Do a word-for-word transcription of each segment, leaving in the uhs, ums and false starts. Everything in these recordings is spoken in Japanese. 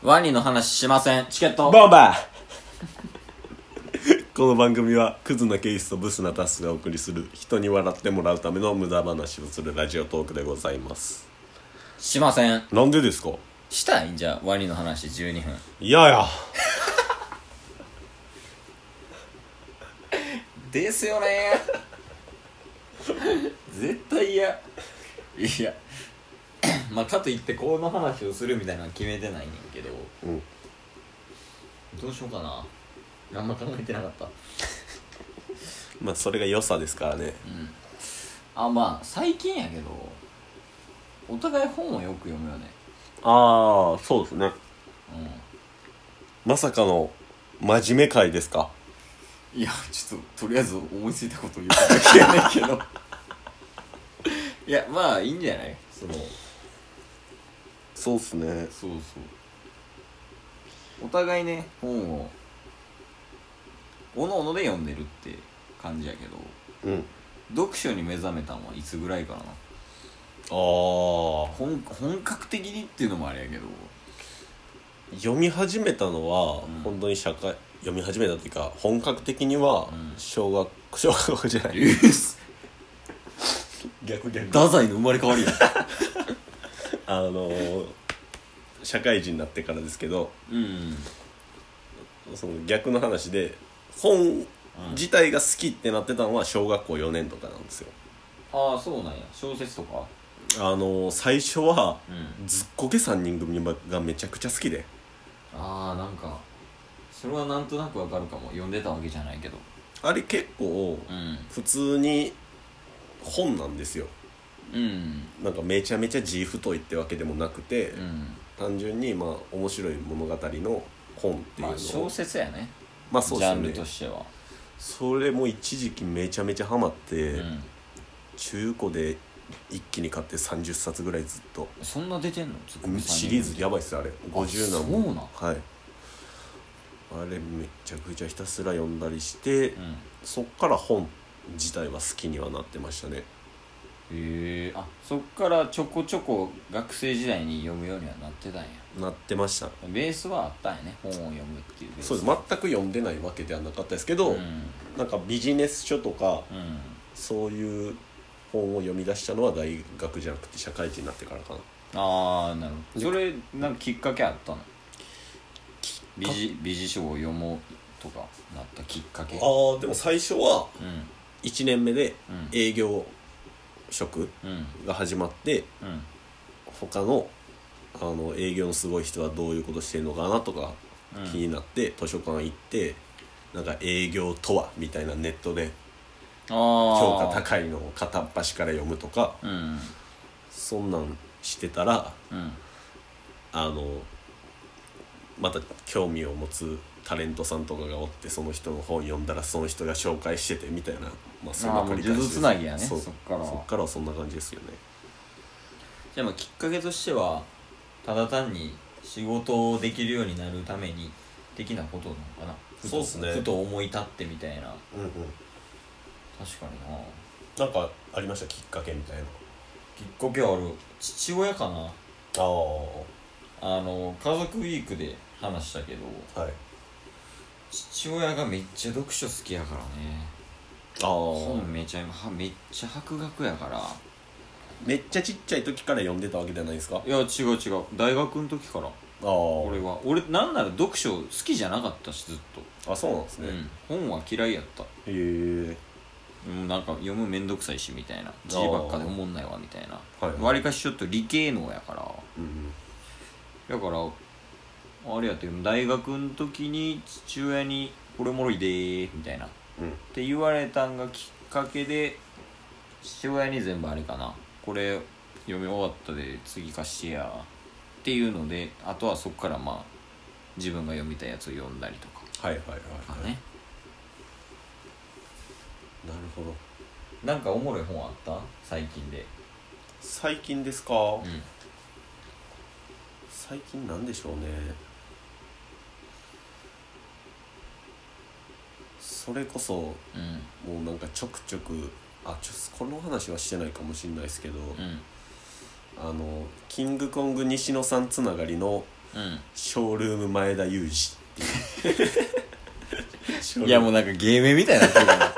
ワニの話しません。チケットボンバーこの番組はクズなケイスとブスなタスがお送りする人に笑ってもらうための無駄話をするラジオトークでございます。 しません。 なんでですか？ したいんじゃワニの話じゅうにふん。 いややですよね絶対嫌。いやまあかといってこの話をするみたいなのは決めてないねんけど、 うん、 どうしようかな。あんま考えてなかったまあそれが良さですからね。 うんあまあ最近やけどお互い本をよく読むよね。 ああそうですね。 うんまさかの真面目会ですか？ いやちょっととりあえず思いついたことを言っただけやねんけどいやまあいいんじゃない。そのそうっすね。 そうそうお互いね本をおのおので読んでるって感じやけど、 うん。 読書に目覚めたのはいつぐらいかな。 ああ本本格的にっていうのもあれやけど読み始めたのは、 うん、 本当に社会読み始めたっていうか本格的にはうん小学小学校じゃない逆逆太宰の生まれ変わりやあのー、社会人になってからですけど、 うんその逆の話で本自体が好きってなってたのは小学校よねんとかなんですよ。 ああそうなんや。小説とかあのー、最初は、 うんずっこけさんにん組がめちゃくちゃ好きで、 ああなんかそれはなんとなくわかるかも。読んでたわけじゃないけどあれ結構うん普通に本なんですよ。 うんなんかめちゃめちゃ字太いってわけでもなくて、 うん単純にまあ面白い物語の本っていうのを、 まあ小説やね。 まあそうですよね。 ジャンルとしてはそれも一時期めちゃめちゃハマって、 うん、 中古で一気に買ってさんじゅっさつぐらいずっとそんな出てんのシリーズやばいっすあれ。ごじゅう何そうなん。 はい。あれめちゃくちゃひたすら読んだりして、 うん、 そっから本自体は好きにはなってましたね。 へえあそっからちょこちょこ学生時代に読むようにはなってたんや。 なってました。 ベースはあったんやね。本を読むっていうベース。 そうです。全く読んでないわけではなかったですけど、 うんなんかビジネス書とかうんそういう本を読み出したのは大学じゃなくて社会人になってからかな。 ああなるほど。それなんかきっかけあったの？美辞美辞書を読もうとかなったきっかけ。 ああでも最初はうんいちねんめでうん営業職うんが始まって、 うん他のあの営業のすごい人はどういうことしてるのかなとかうん気になって図書館行って、なんか営業とはみたいなネットであ評価あ高いのを片っ端から読むとか、 うんそんなんしてたらうんあのまた興味を持つタレントさんとかがおって、その人の本読んだらその人が紹介しててみたいな、まあそんなあーもう数珠つなぎやね。 そうそっからそっからはそんな感じですよね。 じゃあまあきっかけとしてはただ単に仕事をできるようになるために的なことなのかな。ふとそうっすねふと思い立ってみたいな。 うんうん。 確かにな。 なんかありましたきっかけみたいな。 きっかけある。父親かな。 ああの家族ウィークで話したけどあはい。 父親がめっちゃ読書好きやからね。 ああ本めちゃはめっちゃ博学やから。 めっちゃちっちゃい時から読んでたわけじゃないですか？ いや違う違う大学の時から。 ああ俺は俺なんなら読書好きじゃなかったしずっと、 あそうなんですね。 うん、本は嫌いやった。 へえ。 もうなんか読むめんどくさいしみたいな、字ばっかで思んないわみたいな。 はいはいわりかしちょっと理系能やからうんうんだからあれやって大学の時に父親にこれおもろいでーみたいなっうんて言われたんがきっかけで、父親に全部あれかな、これ読み終わったで次貸してやっていうので、あとはそこからまあ自分が読みたいやつを読んだりとかはいはいはいはい、 かね。 なるほど。 なんかおもろい本あった最近で？ 最近ですか？ うん最近なんでしょうね。それこそもうんうなんかちょくちょくあちょこの話はしてないかもしれないですけど、 うんあのキングコング西野さんつながりのうんショールーム前田裕二っていういやもうなんか芸名みたいになってるから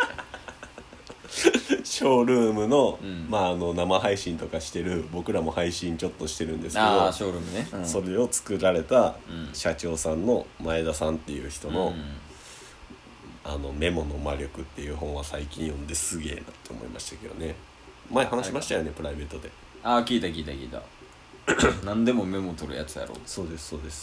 ショールームの、 うん、 まあ、あの生配信とかしてる、僕らも配信ちょっとしてるんですけど、 ああショールームね、うん、 それを作られたうん社長さんの前田さんっていう人の、 うんあのメモの魔力っていう本は最近読んですげえなって思いましたけどね。前話しましたよね、プライベートで。 ああ聞いた聞いた聞いた何でもメモ取るやつやろ。 そうですそうです。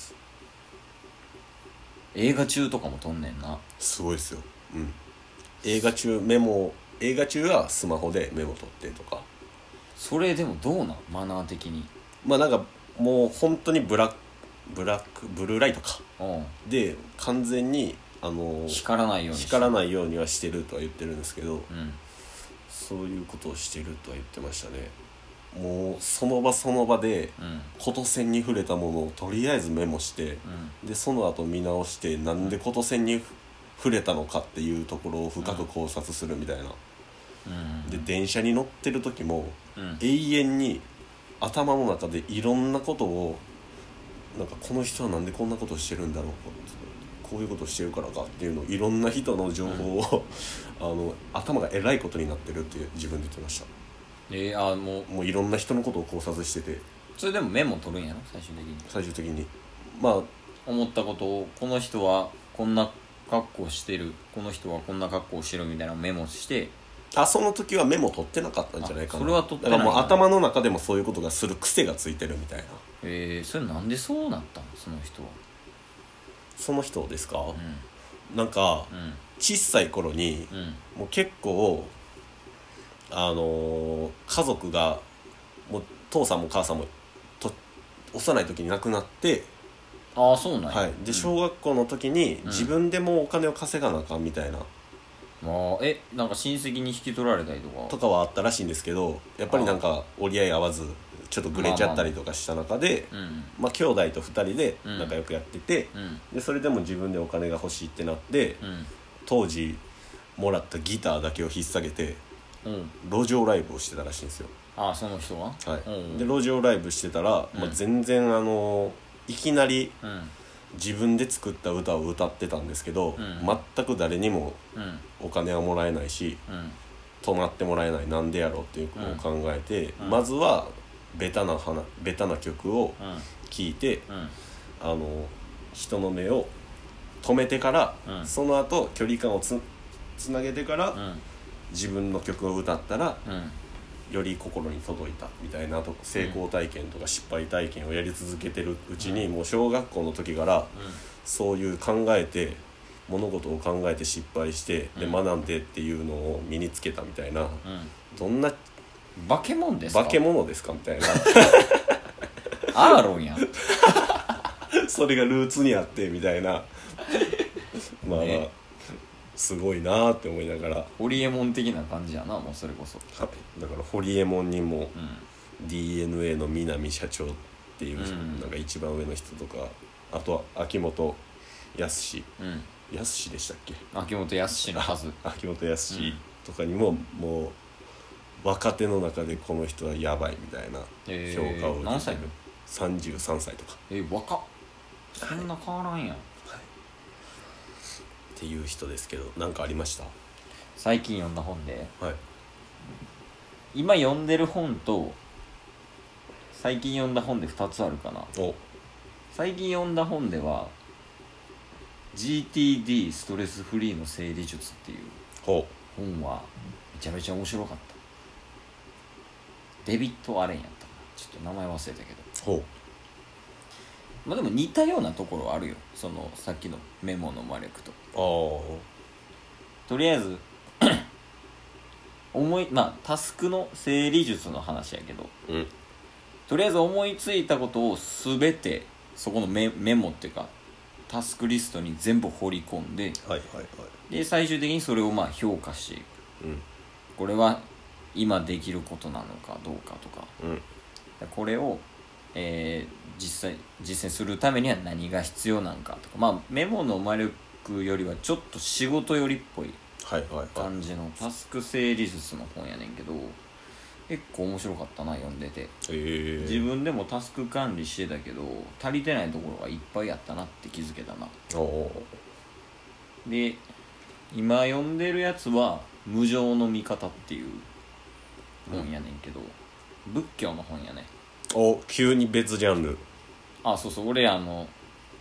映画中とかも撮んねんな。 すごいですよ。うん。映画中メモ映画中はスマホでメモ取ってとか。 それでもどうなんマナー的に。 まあなんかもう本当にブラックブラックブルーライトかうんで完全にあの光らないように光らないようにはしてるとは言ってるんですけど、 うんそういうことをしてるとは言ってましたね。もうその場その場でうんこと線に触れたものをとりあえずメモして、 うん、 でその後見直してなんでこと線に触れたのかっていうところを深く考察するみたいな、 うん、 で電車に乗ってる時もうん永遠に頭の中でいろんなことをなんかこの人はなんでこんなことをしてるんだろう、こういうことをしてるからかっていうのをいろんな人の情報を、うん、あの頭がえらいことになってるって自分で言ってました。 えー、あもうもういろんな人のことを考察してて、 それでもメモ取るんやろ最終的に。 最終的にまあ思ったことをこの人はこんな格好してる、この人はこんな格好してるみたいなのをメモして。 あその時はメモ取ってなかったんじゃないかな。 それは取ってないんだ。 だからもう頭の中でもそういうことがする癖がついてるみたいな。 えー、それなんでそうなったのその人は。 その人ですか、 うん、 なんか、 うん、 小さい頃に、 うん、 もう結構あのー、家族がもう父さんも母さんもと幼い時に亡くなって、 ああそうなんや、 はい、で小学校の時にうん自分でもお金を稼がなあかんみたいな、 まあ、えなんか親戚に引き取られたりとかとかはあったらしいんですけど、やっぱりなんか折り合い合わずちょっとグレちゃったりとかした中で、 うんうんまあ兄弟とふたりで仲良くやってて、 うんでそれでも自分でお金が欲しいってなって、 うん当時もらったギターだけを引っ提げてうん路上ライブをしてたらしいんですよ。 ああその人ははいうんうんで路上ライブしてたら、 うんまあ、全然あのいきなりうん自分で作った歌を歌ってたんですけど、 うん全く誰にもうんお金はもらえないしうん泊まってもらえない、なんでやろうっていうのを考えて、 うんまずはベタな花ベタな曲を聴いて、 うんあの人の目を止めてから、 うんその後距離感をつつなげてから、 うん自分の曲を歌ったらうんより心に届いたみたいなと成功体験とか失敗体験をやり続けてるうちに、 うんもう小学校の時からそういう考えて物事を考えて失敗してでうん学んでっていうのを身につけたみたいな、 うんどんな化け物ですか化け物ですかみたいなアーロンやんそれがルーツにあってみたいなまあ、 ねすごいなって思いながら、 ホリエモン的な感じやなもうそれこそはいだからホリエモンにもうんディーエヌエー の南社長っていう、 うんなんか一番上の人とか、あとは秋元康うん康でしたっけ、 秋元康のはず秋元康とかにも、もう若手の中でこの人はやばいみたいなえ評価を受けてる、 ー、何歳のさんじゅうさんさいとかえ若っそんな変わらんやん、 っていう人ですけど、何かありました？ 最近読んだ本ではい今読んでる本と最近読んだ本でふたつあるかな。 お最近読んだ本では ジーティーディー ストレスフリーの整理術っていうほ本はめちゃめちゃ面白かった。デビッド・アレンやったかな、ちょっと名前忘れたけど、 ほまあでも似たようなところあるよ、そのさっきのメモの魔力と。 うあとりあえず思いまあタスクの整理術の話やけど、 あうんとりあえず思いついたことを全てそこの メ, メモっていうかタスクリストに全部放り込んで、 はいはいはいで最終的にそれをまあ評価していく。 うんこれは今できることなのかどうかとか、 うんこれを、えー、実際実践するためには何が必要なのかとか、まあメモの魔力よりはちょっと仕事寄りっぽいはいはいはい感じのタスク整理術の本やねんけど、 結構面白かったな読んでて、 えー、 自分でもタスク管理してたけど足りてないところがいっぱいあったなって気づけたな。 おで今読んでるやつは無常の見方っていう本やねんけど、うん、仏教の本やね。 お急に別ジャンル。 あ、そうそう、俺あの思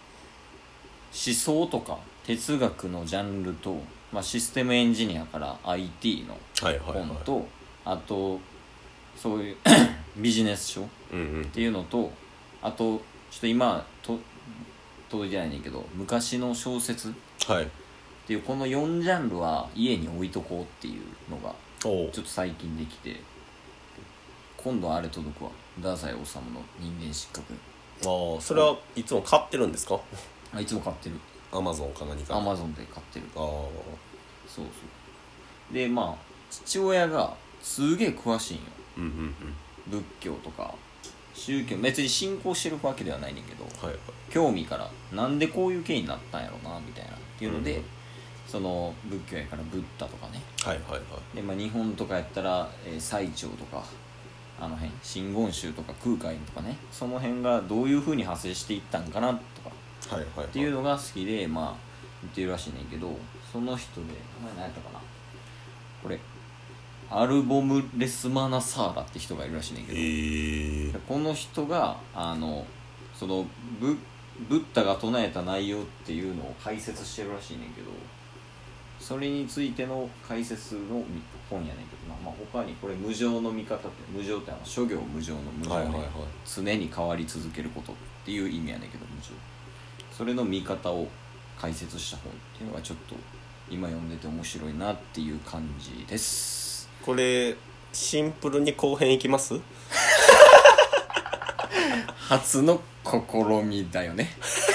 想とか哲学のジャンルと、まあ、システムエンジニアから アイティー のはいはいはい本と、あとそういうビジネス書っていうのと、うんうん、あとちょっと今と届いてないねんけど昔の小説っていう、このよんジャンルは家に置いとこうっていうのがちょっと最近できて、今度はあれ届くわ、太宰治の人間失格。 ああ、それはいつも買ってるんですか？ あ、いつも買ってる。 アマゾンか何か。 アマゾンで買ってる。 ああ、 そうそうで、まあ父親がすげえ詳しいんよ、 うんうんうん、 仏教とか宗教、別に信仰してるわけではないねんけど、 はいはい、 興味からなんでこういう経緯になったんやろなみたいなっていうので、うん、その仏教やからブッダとかね、 はいはいはい、 で、まあ、日本とかやったら、えー、最澄とかあの辺真言宗とか空海とかね、その辺がどういう風に派生していったんかなとか、はいはいはい、っていうのが好きで、まあ言ってるらしいねんけど、その人で名前何やったかな、これアルボムレスマナサーラって人がいるらしいねんけど、えー、この人があのその ブ, ブッダが唱えた内容っていうのを解説してるらしいねんけど、それについての解説の本やねんけどな、まあ、他にこれ無常の見方って、無常ってあの諸行無常の無常で、はいはいはい、常に変わり続けることっていう意味やねんけど、無常、それの見方を解説した本っていうのがちょっと今読んでて面白いなっていう感じです。 これシンプルに後編いきます初の試みだよね